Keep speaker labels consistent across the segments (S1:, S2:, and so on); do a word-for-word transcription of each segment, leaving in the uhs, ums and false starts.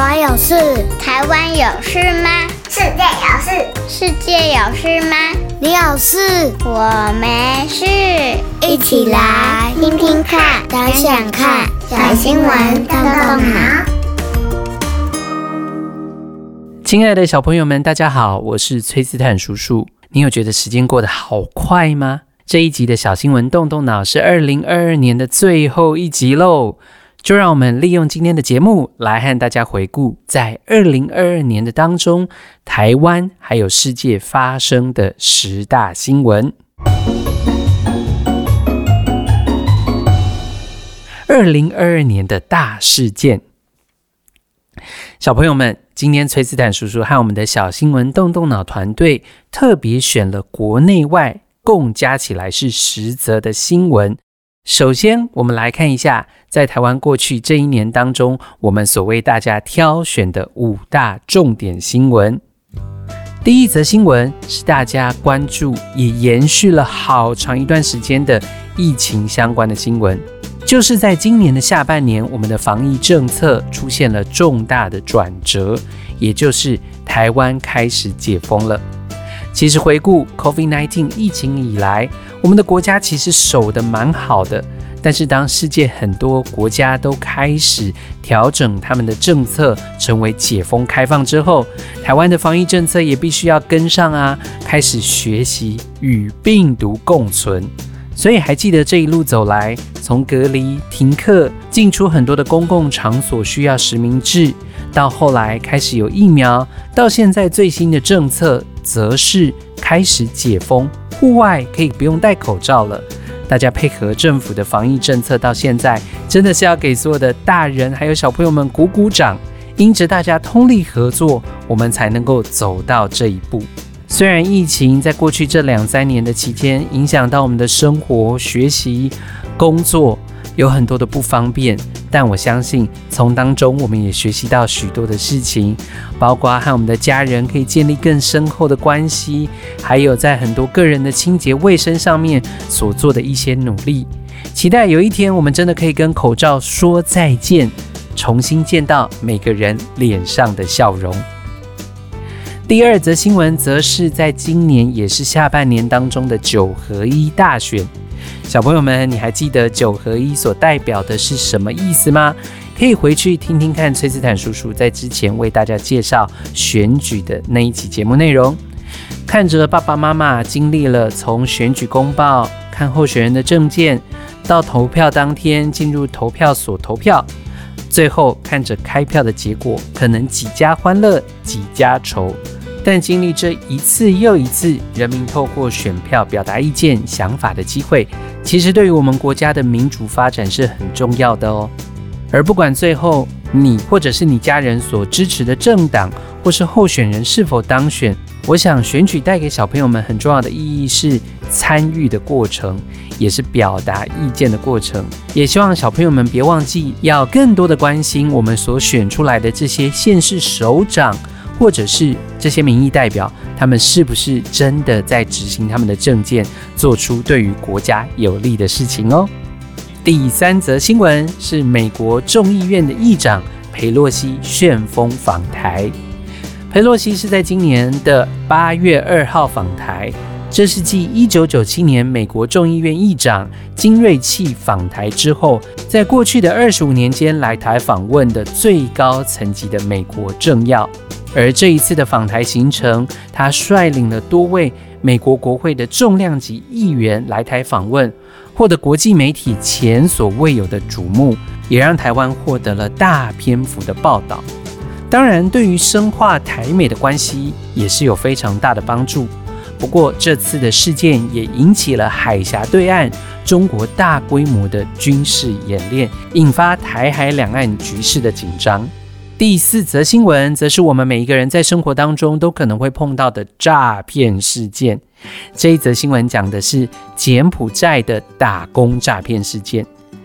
S1: 湾有事？
S2: 台湾有事吗？
S3: 世界有事？
S2: 世界有事吗？
S1: 你有事？
S2: 我没事。
S1: 一起来听听看，想想看，
S3: 小新闻动动脑。
S4: 亲爱的小朋友们，大家好，我是崔斯坦叔叔。你有觉得时间过得好快吗？这一集的小新闻动动脑是二零二二年的最后一集咯，就让我们利用今天的节目来和大家回顾在二零二二年的当中，台湾还有世界发生的十大新闻。二零二二年的大事件，小朋友们，今天崔斯坦叔叔和我们的小新闻动动脑团队特别选了国内外共加起来是十则的新闻。首先我们来看一下在台湾过去这一年当中，我们所为大家挑选的五大重点新闻。第一则新闻是大家关注也延续了好长一段时间的疫情相关的新闻，就是在今年的下半年，我们的防疫政策出现了重大的转折，也就是台湾开始解封了。其实回顾 COVID 十九 疫情以来，我们的国家其实守得蛮好的，但是当世界很多国家都开始调整他们的政策，成为解封开放之后，台湾的防疫政策也必须要跟上啊，开始学习与病毒共存。所以还记得这一路走来，从隔离、停课、进出很多的公共场所需要实名制，到后来开始有疫苗，到现在最新的政策则是开始解封，户外可以不用戴口罩了。大家配合政府的防疫政策到现在，真的是要给所有的大人还有小朋友们鼓鼓掌，因着大家通力合作，我们才能够走到这一步。虽然疫情在过去这两三年的期间影响到我们的生活、学习、工作，有很多的不方便，但我相信从当中我们也学习到许多的事情，包括和我们的家人可以建立更深厚的关系，还有在很多个人的清洁卫生上面所做的一些努力。期待有一天我们真的可以跟口罩说再见，重新见到每个人脸上的笑容。第二则新闻则是在今年也是下半年当中的九合一大选。小朋友们，你还记得九合一所代表的是什么意思吗？可以回去听听看崔斯坦叔叔在之前为大家介绍选举的那一期节目内容。看着爸爸妈妈经历了从选举公报、看候选人的政见，到投票当天进入投票所投票，最后看着开票的结果，可能几家欢乐几家愁，但经历这一次又一次人民透过选票表达意见想法的机会，其实对于我们国家的民主发展是很重要的哦。而不管最后你或者是你家人所支持的政党或是候选人是否当选，我想选举带给小朋友们很重要的意义是参与的过程，也是表达意见的过程。也希望小朋友们别忘记要更多的关心我们所选出来的这些县市首长或者是这些民意代表，他们是不是真的在执行他们的政见，做出对于国家有利的事情哦。第三则新闻是美国众议院的议长裴洛西旋风访台。裴洛西是在今年的八月二号访台，这是继一九九七年美国众议院议长金瑞气访台之后，在过去的二十五年间来台访问的最高层级的美国政要。而这一次的访台行程，他率领了多位美国国会的重量级议员来台访问，获得国际媒体前所未有的瞩目，也让台湾获得了大篇幅的报道。当然，对于深化台美的关系也是有非常大的帮助。不过这次的事件也引起了海峡对岸中国大规模的军事演练，引发台海两岸局势的紧张。第四则新闻则是我们每一个人在生活当中都可能会碰到的诈骗事件。这一则新闻讲的是柬埔寨的打工诈骗事件。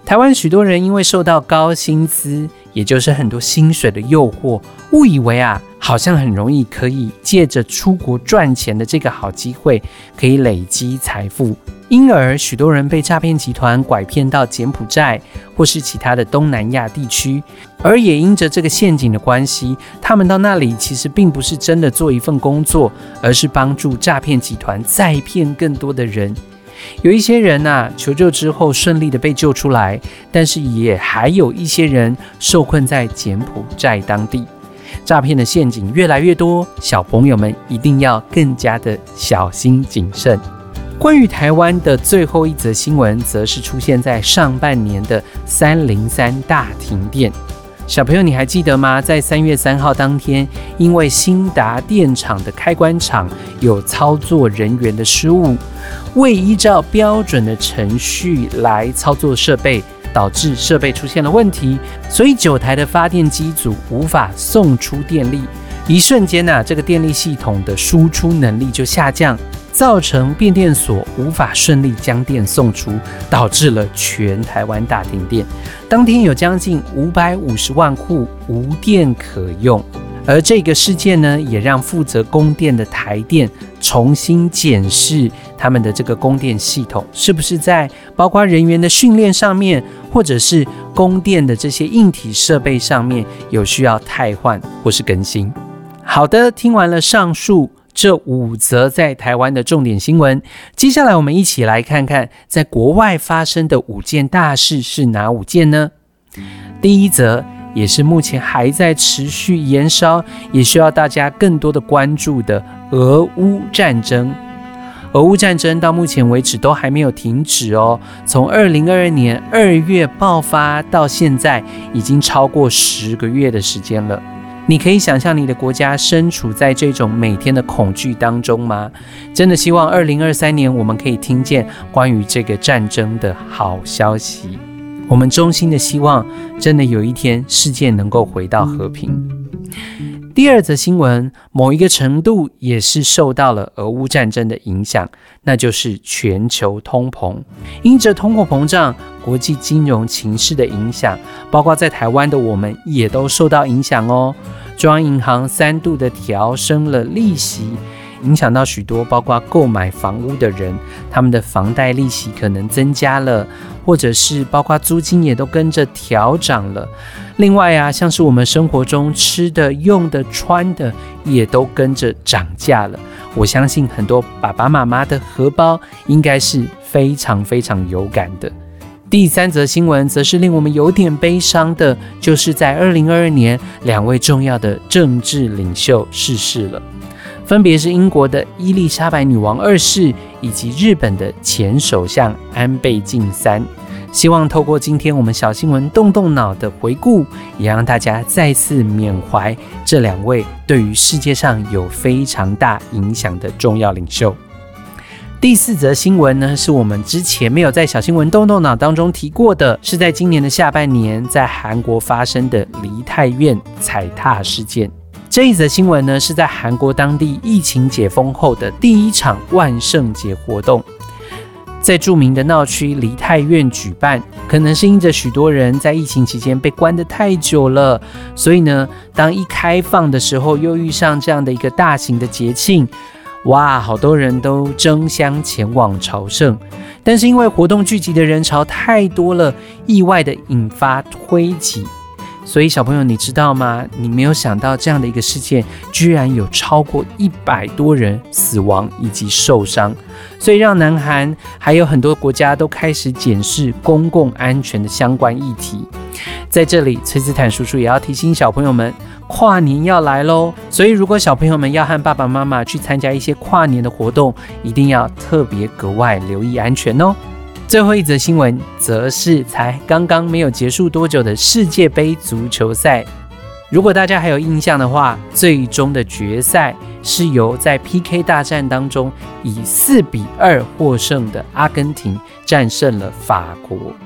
S4: 台湾许多人因为受到高薪资，也就是很多薪水的诱惑，误以为啊，好像很容易可以借着出国赚钱的这个好机会，可以累积财富。因而许多人被诈骗集团拐骗到柬埔寨或是其他的东南亚地区，而也因着这个陷阱的关系，他们到那里其实并不是真的做一份工作，而是帮助诈骗集团再骗更多的人。有一些人啊，求救之后顺利的被救出来，但是也还有一些人受困在柬埔寨当地。诈骗的陷阱越来越多，小朋友们一定要更加的小心谨慎。关于台湾的最后一则新闻，则是出现在上半年的三零三大停电。小朋友，你还记得吗？在三月三号当天，因为新达电厂的开关厂有操作人员的失误，未依照标准的程序来操作设备，导致设备出现了问题，所以九台的发电机组无法送出电力。一瞬间啊，这个电力系统的输出能力就下降，造成变电所无法顺利将电送出，导致了全台湾大停电。当天有将近五百五十万户无电可用，而这个事件呢，也让负责供电的台电重新检视他们的这个供电系统，是不是在包括人员的训练上面，或者是供电的这些硬体设备上面有需要汰换或是更新。好的，听完了上述这五则在台湾的重点新闻，接下来我们一起来看看在国外发生的五件大事是哪五件呢？第一则，也是目前还在持续延烧，也需要大家更多的关注的俄乌战争。俄乌战争到目前为止都还没有停止哦，从二零二二年二月爆发到现在，已经超过十个月的时间了。你可以想象你的国家身处在这种每天的恐惧当中吗？真的希望二零二三年我们可以听见关于这个战争的好消息。我们衷心的希望，真的有一天世界能够回到和平。第二则新闻，某一个程度也是受到了俄乌战争的影响，那就是全球通膨。因着通货膨胀，国际金融情势的影响，包括在台湾的我们也都受到影响哦。中央银行三度的调升了利息，影响到许多包括购买房屋的人，他们的房贷利息可能增加了，或者是包括租金也都跟着调涨了。另外啊，像是我们生活中吃的、用的、穿的也都跟着涨价了。我相信很多爸爸妈妈的荷包应该是非常非常有感的。第三则新闻则是令我们有点悲伤的，就是在二零二二年，两位重要的政治领袖逝世了，分别是英国的伊丽莎白女王二世以及日本的前首相安倍晋三。希望透过今天我们小新闻动动脑的回顾，也让大家再次缅怀这两位对于世界上有非常大影响的重要领袖。第四则新闻呢，是我们之前没有在小新闻动动脑当中提过的，是在今年的下半年在韩国发生的梨泰院踩踏事件。这一则新闻呢，是在韩国当地疫情解封后的第一场万圣节活动，在著名的闹区梨泰院举办。可能是因着许多人在疫情期间被关得太久了，所以呢，当一开放的时候，又遇上这样的一个大型的节庆，哇，好多人都争相前往朝圣。但是因为活动聚集的人潮太多了，意外的引发推挤。所以小朋友，你知道吗？你没有想到这样的一个事件，居然有超过一百多人死亡以及受伤，所以让南韩还有很多国家都开始检视公共安全的相关议题。在这里，崔斯坦叔叔也要提醒小朋友们，跨年要来咯，所以如果小朋友们要和爸爸妈妈去参加一些跨年的活动，一定要特别格外留意安全哦。最后一则新闻则是才刚刚没有结束多久的世界杯足球赛。如果大家还有印象的话，最终的决赛是由在 P K 大战当中以四比二获胜的阿根廷战胜了法国。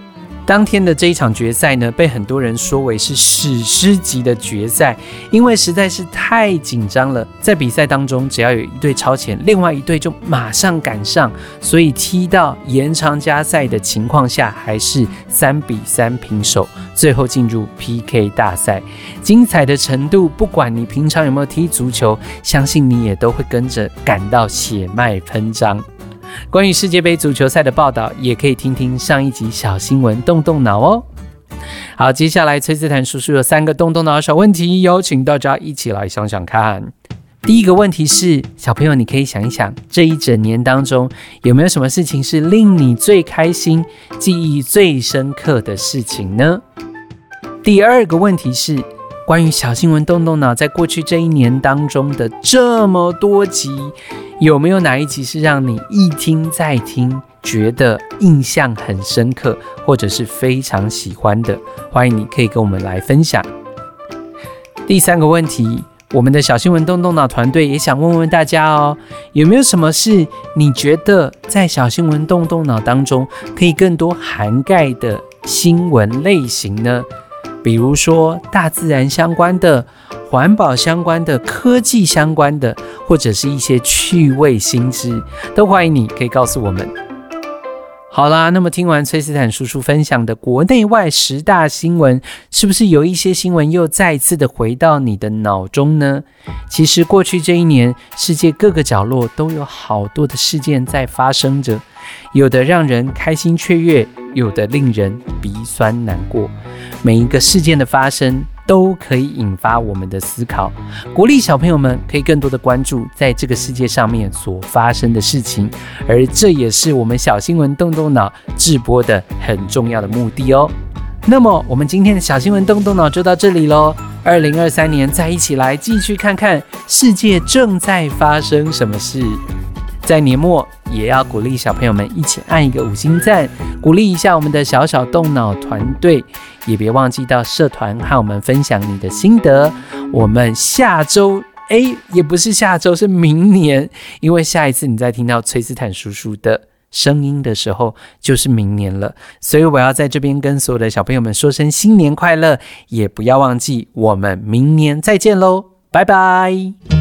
S4: 当天的这一场决赛呢，被很多人说为是史诗级的决赛，因为实在是太紧张了。在比赛当中，只要有一队超前，另外一队就马上赶上，所以踢到延长加赛的情况下，还是三比三平手，最后进入 P K 大赛。精彩的程度，不管你平常有没有踢足球，相信你也都会跟着感到血脉喷张。关于世界杯足球赛的报道，也可以听听上一集小新闻动动脑哦。好，接下来崔斯坦叔叔有三个动动脑的小问题，邀请大家一起来想想看。第一个问题是，小朋友你可以想一想，这一整年当中有没有什么事情是令你最开心、记忆最深刻的事情呢？第二个问题是，关于小新闻动动脑在过去这一年当中的这么多集，有没有哪一集是让你一听再听，觉得印象很深刻，或者是非常喜欢的？欢迎你可以跟我们来分享。第三个问题，我们的小新闻动动脑团队也想问问大家哦，有没有什么是你觉得在小新闻动动脑当中可以更多涵盖的新闻类型呢？比如说大自然相关的、环保相关的、科技相关的，或者是一些趣味新知，都欢迎你可以告诉我们。好啦，那么听完崔斯坦叔叔分享的国内外十大新闻，是不是有一些新闻又再一次的回到你的脑中呢？其实过去这一年，世界各个角落都有好多的事件在发生着，有的让人开心雀跃，有的令人鼻酸难过。每一个事件的发生都可以引发我们的思考，鼓励小朋友们可以更多的关注在这个世界上面所发生的事情，而这也是我们小新闻动动脑直播的很重要的目的哦。那么我们今天的小新闻动动脑就到这里咯，二零二三年再一起来继续看看世界正在发生什么事。在年末也要鼓励小朋友们一起按一个五星赞，鼓励一下我们的小小动脑团队，也别忘记到社团和我们分享你的心得。我们下周诶也不是下周，是明年，因为下一次你再听到崔斯坦叔叔的声音的时候就是明年了，所以我要在这边跟所有的小朋友们说声新年快乐，也不要忘记我们明年再见咯，拜拜。